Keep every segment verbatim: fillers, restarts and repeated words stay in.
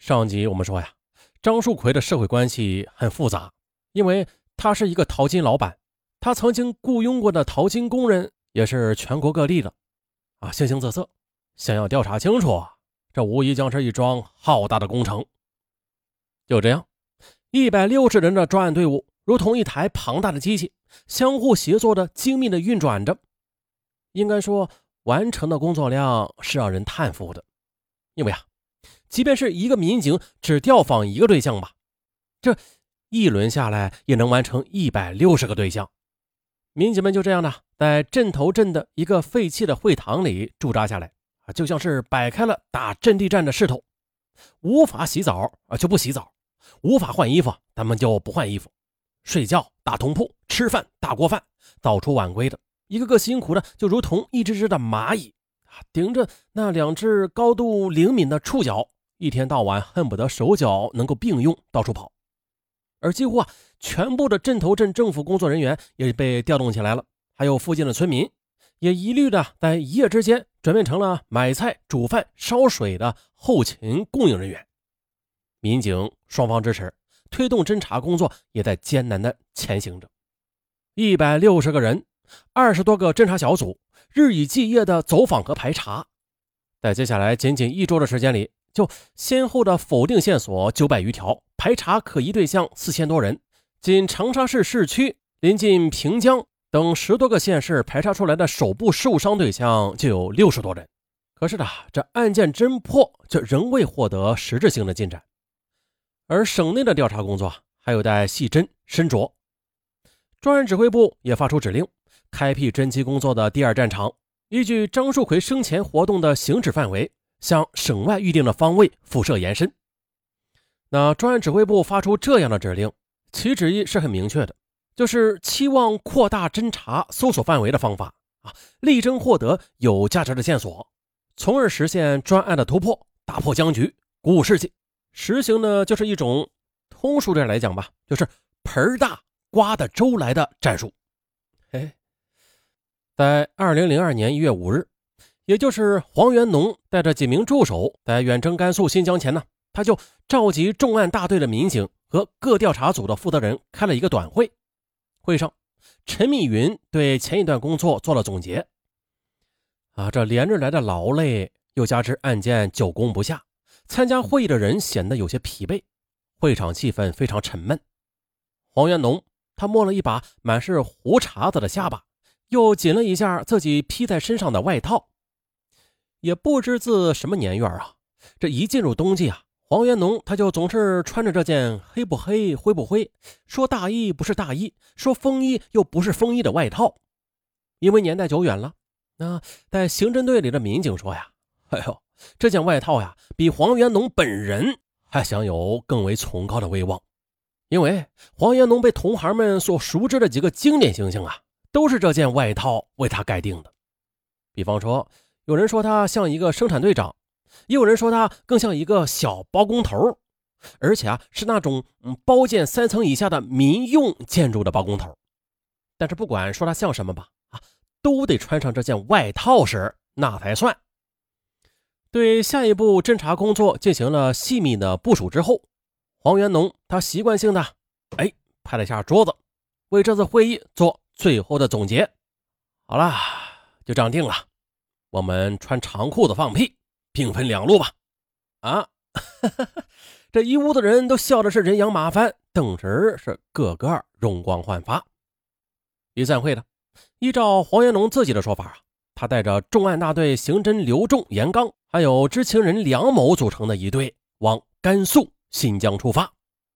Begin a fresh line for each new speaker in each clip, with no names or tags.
上集我们说呀，张树奎的社会关系很复杂，因为他是一个淘金老板，他曾经雇佣过的淘金工人也是全国各地的啊，形形色色。想要调查清楚，这无疑将是一桩浩大的工程。就这样，一百六十人的专案队伍如同一台庞大的机器，相互协作的精密的运转着。应该说，完成的工作量是让人叹服的，因为啊，即便是一个民警只调访一个对象吧，这一轮下来也能完成一百六十个对象。民警们就这样呢，在镇头镇的一个废弃的会堂里驻扎下来，就像是摆开了打阵地战的势头。无法洗澡就不洗澡，无法换衣服他们就不换衣服，睡觉大通铺，吃饭大锅饭，早出晚归的，一个个辛苦的就如同一只只的蚂蚁，顶着那两只高度灵敏的触角，一天到晚恨不得手脚能够并用到处跑。而几乎啊，全部的镇头镇政府工作人员也被调动起来了，还有附近的村民也一律的在一夜之间转变成了买菜煮饭烧水的后勤供应人员。民警双方支持，推动侦查工作也在艰难的前行着。一百六十个人，二十多个侦查小组，日以继夜的走访和排查。在接下来仅仅一周的时间里，就先后的否定线索九百余条，排查可疑对象四千多人。仅长沙市市区临近平江等十多个县市排查出来的手部受伤对象就有六十多人。可是呢，这案件侦破却仍未获得实质性的进展。而省内的调查工作还有待细侦深琢。专案指挥部也发出指令，开辟侦缉工作的第二战场，依据张树奎生前活动的行止范围，向省外预定的方位辐射延伸。那专案指挥部发出这样的指令，其旨意是很明确的，就是期望扩大侦查搜索范围的方法啊，力争获得有价值的线索，从而实现专案的突破，打破僵局，鼓舞士气。实行的就是一种通俗点来讲吧，就是盆大刮的粥来的战术。哎，在二零零二年一月五日，也就是黄元农带着几名助手在远征甘肃新疆前呢，他就召集重案大队的民警和各调查组的负责人开了一个短会。会上，陈密云对前一段工作做了总结。啊，这连日来的劳累，又加之案件久攻不下，参加会议的人显得有些疲惫，会场气氛非常沉闷。黄元农他摸了一把满是胡茬子的下巴，又紧了一下自己披在身上的外套。也不知自什么年月啊，这一进入冬季啊，黄元农他就总是穿着这件黑不黑灰不灰，说大衣不是大衣，说风衣又不是风衣的外套。因为年代久远了，那在刑侦队里的民警说呀，哎呦，这件外套呀，比黄元农本人还享有更为崇高的威望。因为黄元农被同行们所熟知的几个经典形象啊，都是这件外套为他盖定的。比方说，有人说他像一个生产队长，也有人说他更像一个小包工头，而且啊是那种嗯包建三层以下的民用建筑的包工头。但是不管说他像什么吧，啊，都得穿上这件外套时那才算。对下一步侦查工作进行了细密的部署之后，黄元农他习惯性的哎拍了下桌子，为这次会议做最后的总结。好了，就这样定了，我们穿长裤子放屁，兵分两路吧。啊，这一屋子人都笑的是人仰马翻，顿时是个个容光焕发。一散会的，依照黄元农自己的说法啊，他带着重案大队刑侦刘仲、严刚，还有知情人梁某组成的一队，往甘肃新疆出发。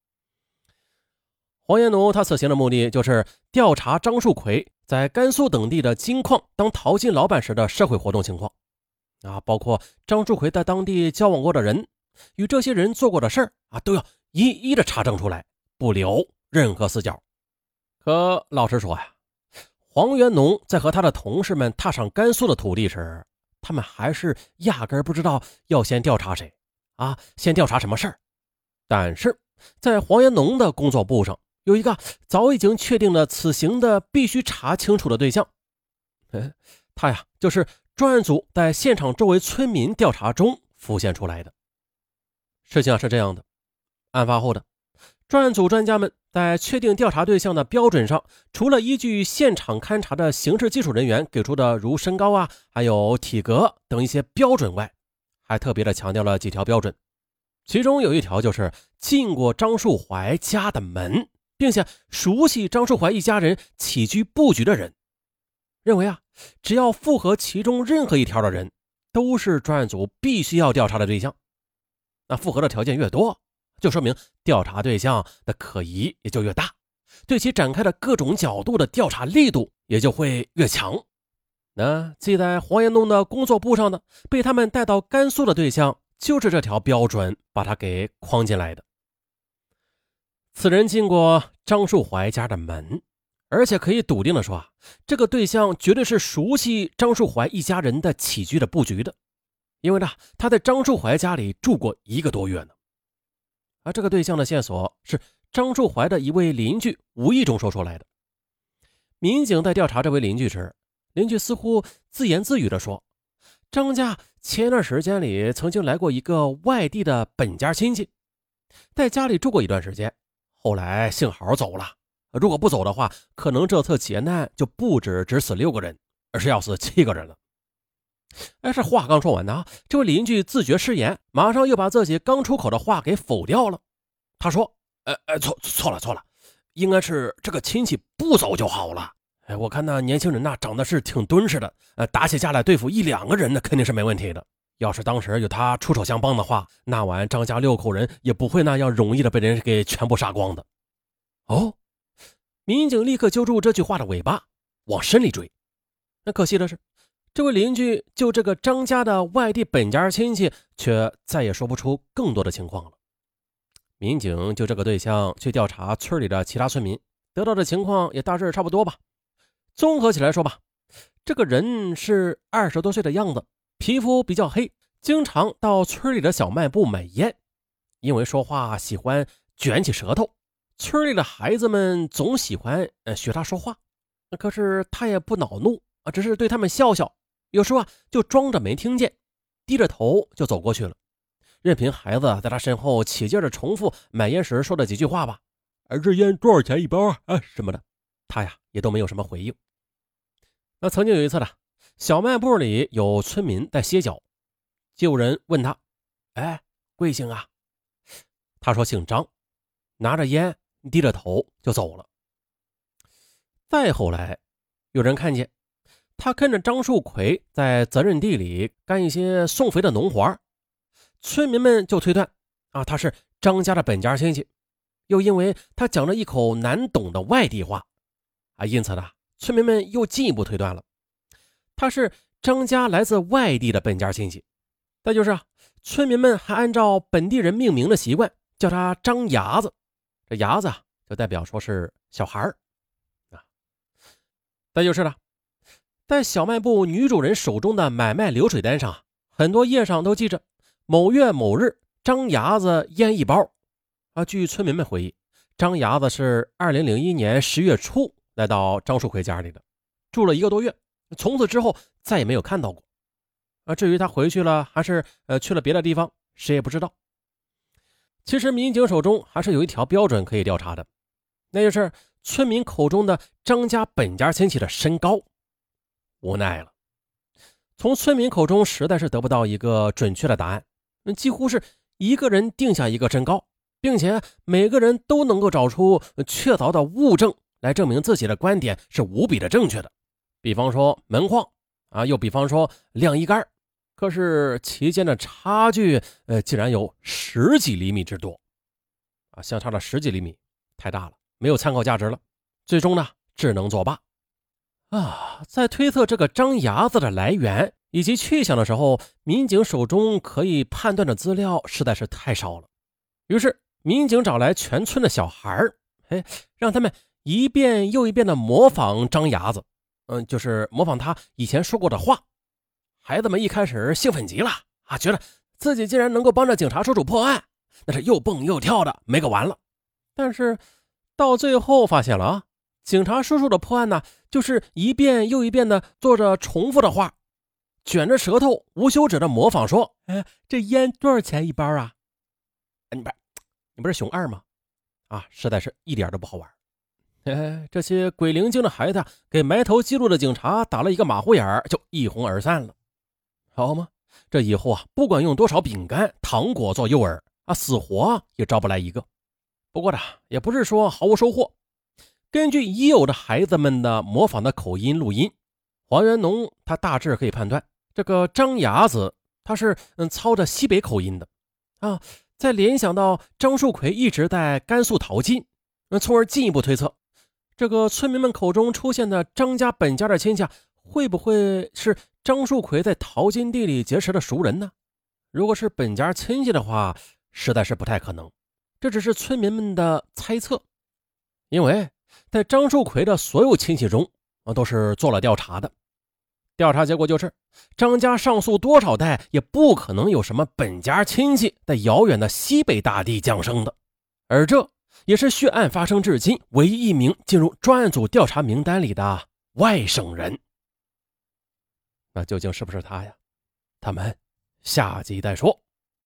黄元农他此行的目的就是调查张树奎在甘肃等地的金矿当淘金老板时的社会活动情况啊，包括张树奎在当地交往过的人，与这些人做过的事儿啊，都要一一的查证出来，不留任何死角。可老实说呀，黄元农在和他的同事们踏上甘肃的土地时，他们还是压根不知道要先调查谁啊，先调查什么事儿。但是在黄元农的工作部上，有一个早已经确定了此行的必须查清楚的对象。他呀，就是专案组在现场周围村民调查中浮现出来的。 事情啊是这样的，案发后的专案组专家们在确定调查对象的标准上，除了依据现场勘查的刑事技术人员给出的如身高啊，还有体格等一些标准外，还特别的强调了几条标准。其中有一条就是进过张树怀家的门，并且熟悉张树怀一家人起居布局的人。认为啊，只要符合其中任何一条的人，都是专案组必须要调查的对象。那符合的条件越多，就说明调查对象的可疑也就越大，对其展开的各种角度的调查力度也就会越强。那记在黄岩洞的工作簿上的，被他们带到甘肃的对象，就是这条标准把他给框进来的。此人进过张树怀家的门，而且可以笃定的说啊，这个对象绝对是熟悉张树怀一家人的起居的布局的，因为呢，他在张树怀家里住过一个多月呢。而这个对象的线索是张树怀的一位邻居无意中说出来的。民警在调查这位邻居时，邻居似乎自言自语地说，张家前一段时间里曾经来过一个外地的本家亲戚，在家里住过一段时间，后来幸好走了，如果不走的话，可能这次劫难就不止只死六个人，而是要死七个人了。哎，这话刚说完呢，这位邻居自觉失言，马上又把自己刚出口的话给否掉了。他说：“呃呃，错错了错了，应该是这个亲戚不走就好了。哎，我看那年轻人呐，长得是挺敦实的，呃，打起架来对付一两个人呢，肯定是没问题的。要是当时有他出手相帮的话，那晚张家六口人也不会那样容易的被人给全部杀光的。”哦，民警立刻揪住这句话的尾巴，往深里追。那可惜的是，这位邻居就这个张家的外地本家亲戚，却再也说不出更多的情况了。民警就这个对象去调查村里的其他村民，得到的情况也大致差不多吧。综合起来说吧，这个人是二十多岁的样子，皮肤比较黑，经常到村里的小卖部买烟，因为说话喜欢卷起舌头，村里的孩子们总喜欢呃学他说话，可是他也不恼怒啊，只是对他们笑笑，有时候啊就装着没听见，低着头就走过去了，任凭孩子在他身后起劲的重复买烟时说的几句话吧，而这烟多少钱一包啊什么的，他呀也都没有什么回应。那曾经有一次呢，小卖部里有村民在歇脚，就有人问他：“哎，贵姓啊？”他说姓张，拿着烟低着头就走了。再后来，有人看见他跟着张树奎在责任地里干一些送肥的农活，村民们就推断啊，他是张家的本家亲戚，又因为他讲了一口难懂的外地话啊，因此呢，村民们又进一步推断了，他是张家来自外地的本家亲戚。再就是啊，村民们还按照本地人命名的习惯，叫他张伢子，这伢子啊，就代表说是小孩儿啊。再就是了，在小卖部女主人手中的买卖流水单上，很多页上都记着某月某日张伢子烟一包啊。据村民们回忆，张伢子是二零零一年十月初来到张树奎家里的，住了一个多月，从此之后再也没有看到过啊。至于他回去了还是呃去了别的地方，谁也不知道。其实民警手中还是有一条标准可以调查的，那就是村民口中的张家本家亲戚的身高。无奈了，从村民口中实在是得不到一个准确的答案，几乎是一个人定下一个身高，并且每个人都能够找出确凿的物证来证明自己的观点是无比的正确的。比方说门框啊，又比方说晾衣杆，可是其间的差距呃，竟然有十几厘米之多啊，相差了十几厘米，太大了，没有参考价值了，最终呢只能作罢啊。在推测这个张伢子的来源以及去向的时候，民警手中可以判断的资料实在是太少了。于是民警找来全村的小孩儿，哎，让他们一遍又一遍的模仿张伢子，嗯，就是模仿他以前说过的话。孩子们一开始兴奋极了啊，觉得自己竟然能够帮着警察叔叔破案，那是又蹦又跳的没个完了。但是到最后发现了啊，警察叔叔的破案呢，就是一遍又一遍的做着重复的话，卷着舌头无休止的模仿说：“哎，这烟多少钱一包啊？” 你不是你不是熊二吗？啊，实在是一点都不好玩。哎，这些鬼灵精的孩子给埋头记录的警察打了一个马虎眼儿，就一哄而散了。好吗？这以后啊，不管用多少饼干、糖果做诱饵啊，死活也招不来一个。不过呢，也不是说毫无收获。根据已有的孩子们的模仿的口音录音，黄元农他大致可以判断，这个张伢子他是嗯操着西北口音的啊。再联想到张树奎一直在甘肃淘金，从而进一步推测，这个村民们口中出现的张家本家的亲戚会不会是张树奎在淘金地里结识的熟人呢？如果是本家亲戚的话，实在是不太可能，这只是村民们的猜测。因为在张树奎的所有亲戚中都是做了调查的，调查结果就是张家上溯多少代也不可能有什么本家亲戚在遥远的西北大地降生的，而这也是血案发生至今唯一一名进入专案组调查名单里的外省人。那究竟是不是他呀？咱们下集再说。